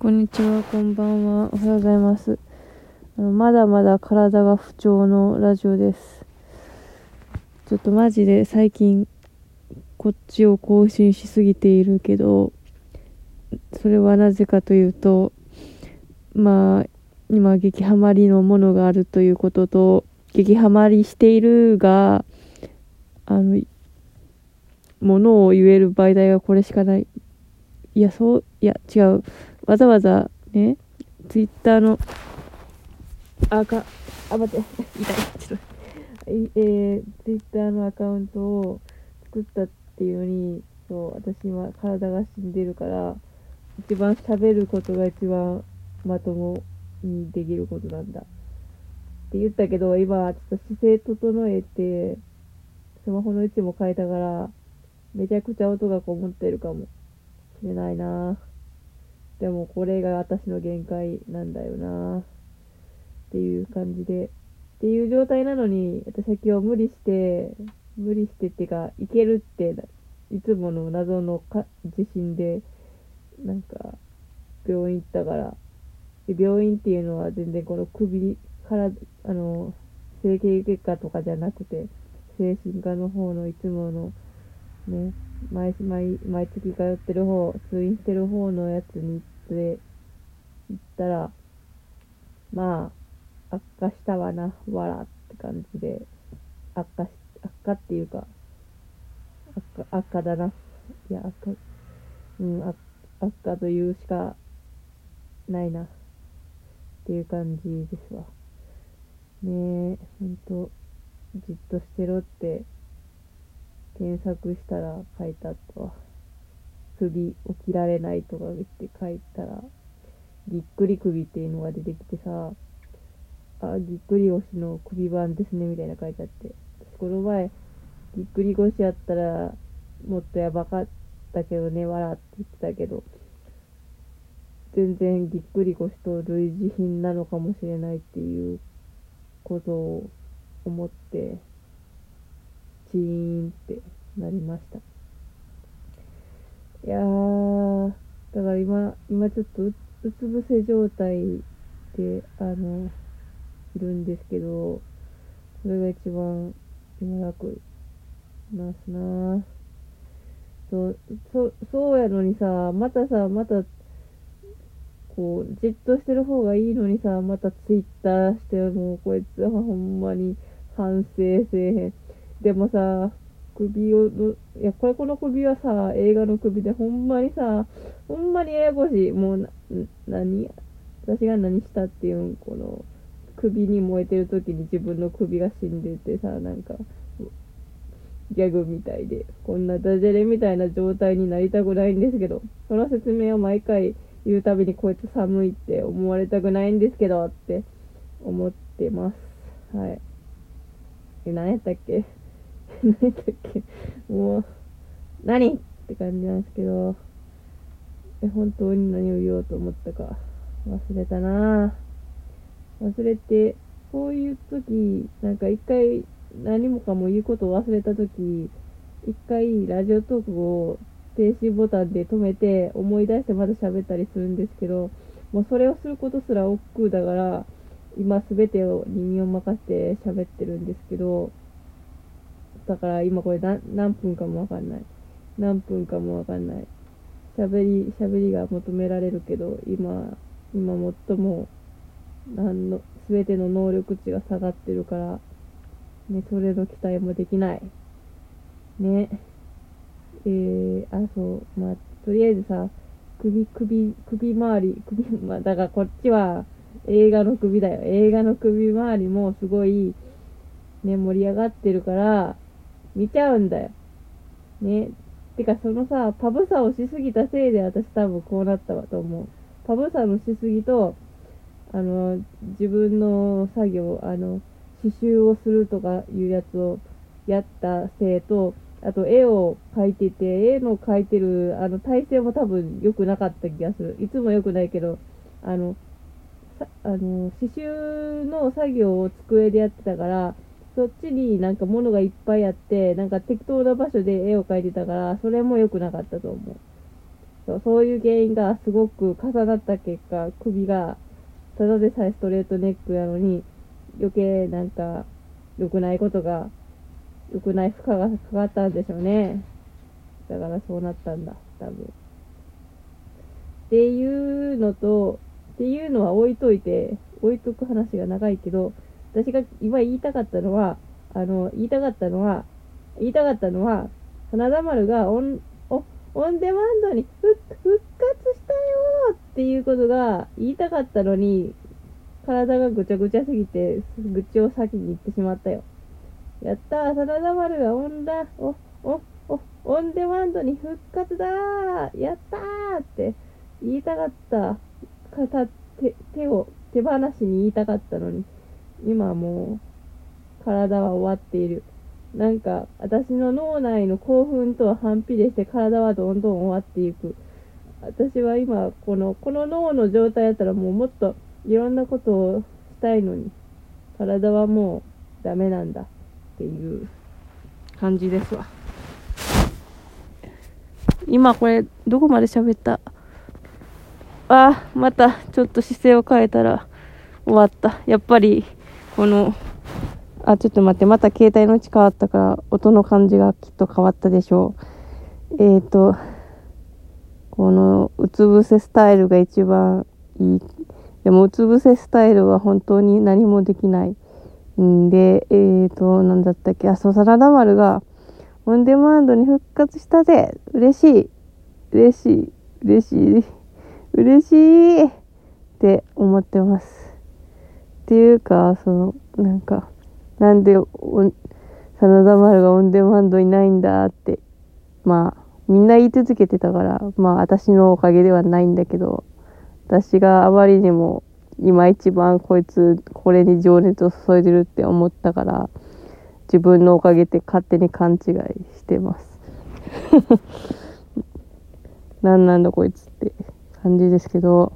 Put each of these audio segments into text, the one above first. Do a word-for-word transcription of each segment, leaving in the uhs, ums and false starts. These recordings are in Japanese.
こんにちは、こんばんは、おはようございます。あのまだまだ体が不調のラジオです。ちょっとマジで最近こっちを更新しすぎているけど、それはなぜかというと、まあ今激ハマりのものがあるということと、激ハマりしているが、あのものを言える媒体がこれしかない。いやそういや違う。わざわざね、ツイッターのあかあ待って痛いちょっとえー、ツイッターのアカウントを作ったっていうのに、そう私今体が死んでるから、一番喋ることが一番まともにできることなんだって言ったけど、今ちょっと姿勢整えてスマホの位置も変えたから、めちゃくちゃ音がこもってるかもしれないな。でもこれが私の限界なんだよなっていう感じで、っていう状態なのに、私は今日無理して無理してってか、いけるっていつもの謎のか自信でなんか病院行ったから。病院っていうのは全然この首からあの整形外科とかじゃなくて、精神科の方のいつものね、毎毎毎月通ってる方、通院してる方のやつに行って行ったら、まあ悪化したわな、わらって感じで、悪化し悪化っていうか悪化悪化だな。いや悪化、うん悪悪化というしかないなっていう感じですわね。えほんと、じっとしてろって検索したら書いてあったわ。首起きられないとか言って書いたら、ぎっくり首っていうのが出てきてさ、あ、ぎっくり腰の首版ですねみたいな書いてあって、私この前ぎっくり腰やったらもっとやばかったけどね、笑って言ってたけど、全然ぎっくり腰と類似品なのかもしれないっていうことを思って、チーンってなりました。いやー、だから今、今ちょっとううつ伏せ状態で、あの、いるんですけど、それが一番今楽なんすな。そう、そ、そうやのにさ、またさ、また、こう、じっとしてる方がいいのにさ、またツイッターして、もうこいつはほんまに反省せえへん。でもさ、首をの、いや、これこの首はさ、映画の首でほんまにさ、ほんまにややこしい。もうな、何私が何したっていうん、この、首に燃えてる時に自分の首が死んでてさ、なんか、ギャグみたいで、こんなダジャレみたいな状態になりたくないんですけど、その説明を毎回言うたびに、こいつ寒いって思われたくないんですけどって思ってます。はい。え、何やったっけ何やったっけもう、何って感じなんですけど、え、本当に何を言おうと思ったか忘れたなぁ。忘れて、こういう時、なんか一回何もかも言うことを忘れた時、一回ラジオトークを停止ボタンで止めて思い出してまた喋ったりするんですけど、もうそれをすることすら億劫だから、今すべてを耳を任せて喋ってるんですけど、だから今これ何何分かもわかんない。何分かもわかんない。喋り、喋りが求められるけど、今、今最も、何の、すべての能力値が下がってるから、ね、それの期待もできない。ね。えー、あ、そう、まあ、とりあえずさ、首、首、首周り、首、まあ、だからこっちは映画の首だよ。映画の首周りもすごい、ね、盛り上がってるから、見ちゃうんだよ。ね。てか、そのさ、パブさをしすぎたせいで私多分こうなったわと思う。パブさのしすぎと、あの、自分の作業、あの、刺繍をするとかいうやつをやったせいと、あと絵を描いてて、絵の描いてる、あの、体勢も多分良くなかった気がする。いつも良くないけど、あの、さあの、刺繍の作業を机でやってたから、そっちになんか物がいっぱいあって、なんか適当な場所で絵を描いてたから、それも良くなかったと思う。 そう、そういう原因がすごく重なった結果、首がただでさえストレートネックやのに余計なんか良くないことが良くない負荷がかかったんでしょうね。だからそうなったんだ多分っていうのとっていうのは置いといて置いとく話が長いけど、私が今言いたかったのはあの言いたかったのは言いたかったのは真田丸がオンおオンデマンドに復活したよっていうことが言いたかったのに、体がぐちゃぐちゃすぎて愚痴を先に言ってしまったよ。やったー、真田丸がオンだおおおオンデマンドに復活だーやったーって言いたかった。片手手を手放しに言いたかったのに、今もう体は終わっている。なんか私の脳内の興奮とは反比例して体はどんどん終わっていく。私は今このこの脳の状態やったらもうもっといろんなことをしたいのに、体はもうダメなんだっていう感じですわ。今これどこまで喋った？あ、またちょっと姿勢を変えたら終わった。やっぱりこのあ、ちょっと待って、また携帯の位置変わったから音の感じがきっと変わったでしょう。えーとこのうつ伏せスタイルが一番いい。でもうつ伏せスタイルは本当に何もできないんで、えーとなんだったっけ、あ、そう、真田丸がオンデマンドに復活したで、嬉しい嬉しい嬉しい嬉しいって思ってます。っていうか、そのなんかなんで真田丸がオンデマンドいないんだってまあみんな言い続けてたから、まあ私のおかげではないんだけど、私があまりにも今一番こいつこれに情熱を注いでるって思ったから、自分のおかげって勝手に勘違いしてますなんなんだこいつって感じですけど、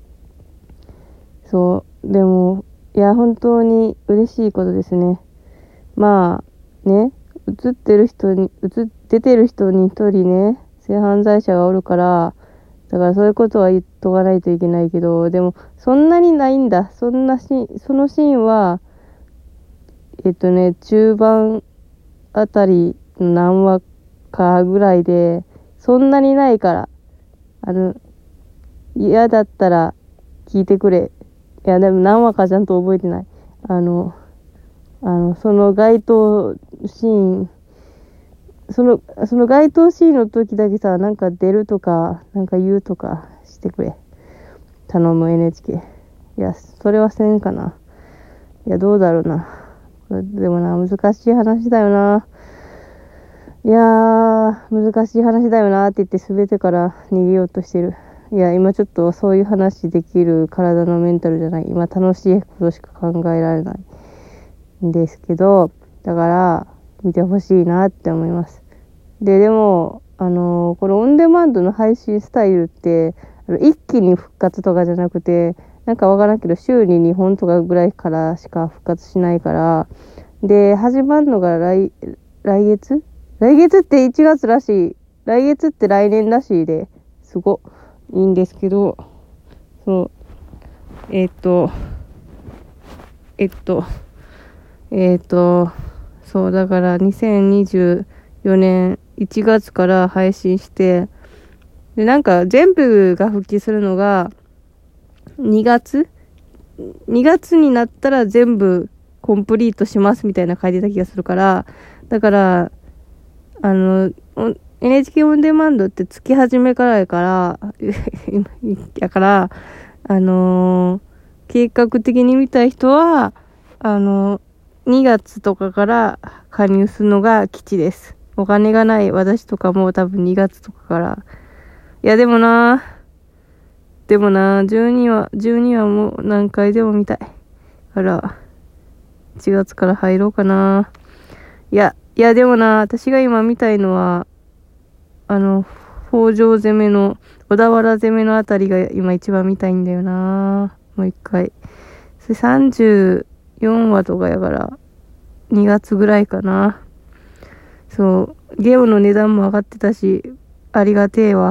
そうでもいや本当に嬉しいことですね。まあね、映ってる人に映出てる人に一人ね性犯罪者がおるから、だからそういうことは言っとかないといけないけど、でもそんなにないんだ。そんなシーン、そのシーンはえっとね中盤あたりの何話かぐらいで、そんなにないから、あの嫌だったら聞いてくれ。いやでも何話かちゃんと覚えてない。あのあのその該当シーンそのその該当シーンの時だけさ、なんか出るとかなんか言うとかしてくれ、頼む エヌエイチケー。 いやそれはせんかな。いやどうだろうな。でもな、難しい話だよな。いやー難しい話だよなって言って全てから逃げようとしてる。いや今ちょっとそういう話できる体のメンタルじゃない。今楽しいことしか考えられないんですけど、だから見てほしいなって思います。ででもあのー、このオンデマンドの配信スタイルって一気に復活とかじゃなくて、なんかわからんけど週ににほんとかぐらいからしか復活しないから、で始まるのが来来月来月っていちがつらしい。来月って来年らしいで、すごいいんですけど、そうえっとえっとえっとそうだからにせんにじゅうよねんいちがつから配信して、でなんか全部が復帰するのがにがつにがつになったら全部コンプリートしますみたいな書いてた気がするから、だからあの エヌエイチケー オンデマンドって月始めからやからやからあのー、計画的に見たい人はあのー、にがつとかから加入するのが吉です。お金がない私とかも多分にがつとかから。いやでもなでもなじゅうにわじゅうにわも何回でも見たいからいちがつから入ろうかな。いやいやでもな私が今見たいのはあの北条攻めの小田原攻めのあたりが今一番見たいんだよな。もう一回それさんじゅうよんわとかやからにがつぐらいかな。そうゲームの値段も上がってたしありがてえわ。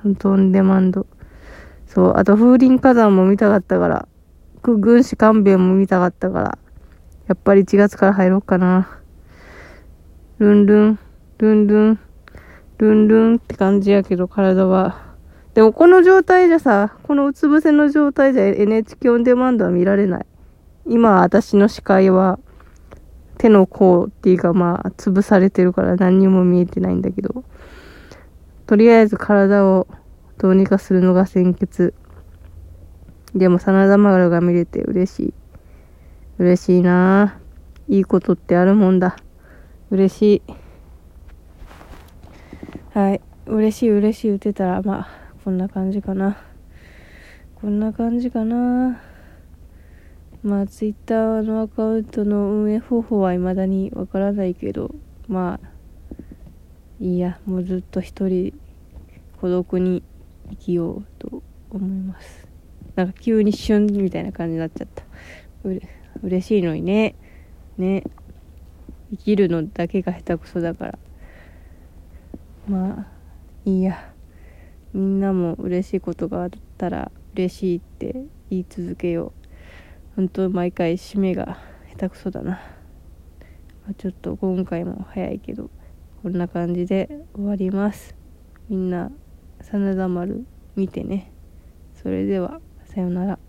ほんとオンデマンド。そう、あと風林火山も見たかったから、軍師官兵衛も見たかったから、やっぱりいちがつから入ろうかな。ルンルン、ルンルン、ルンルンって感じやけど、体は。でもこの状態じゃさ、このうつ伏せの状態じゃ エヌエイチケー オンデマンドは見られない。今私の視界は手の甲っていうかまあ潰されてるから何にも見えてないんだけど、とりあえず体をどうにかするのが先決。でも真田丸が見れて嬉しい。嬉しいなぁ。いいことってあるもんだ。嬉しい。はい。嬉しい嬉しい言ってたら、まあ、こんな感じかな。こんな感じかな。まあ、ツイッターのアカウントの運営方法は未だにわからないけど、まあ、いいや、もうずっと一人孤独に生きようと思います。なんか急にシュンみたいな感じになっちゃった。うれ嬉しいのにね。ね。生きるのだけが下手くそだから。まあ、いいや。みんなも嬉しいことがあったら嬉しいって言い続けよう。本当毎回締めが下手くそだな。まあ、ちょっと今回も早いけど、こんな感じで終わります。みんな、真田丸見てね。それでは、さよなら。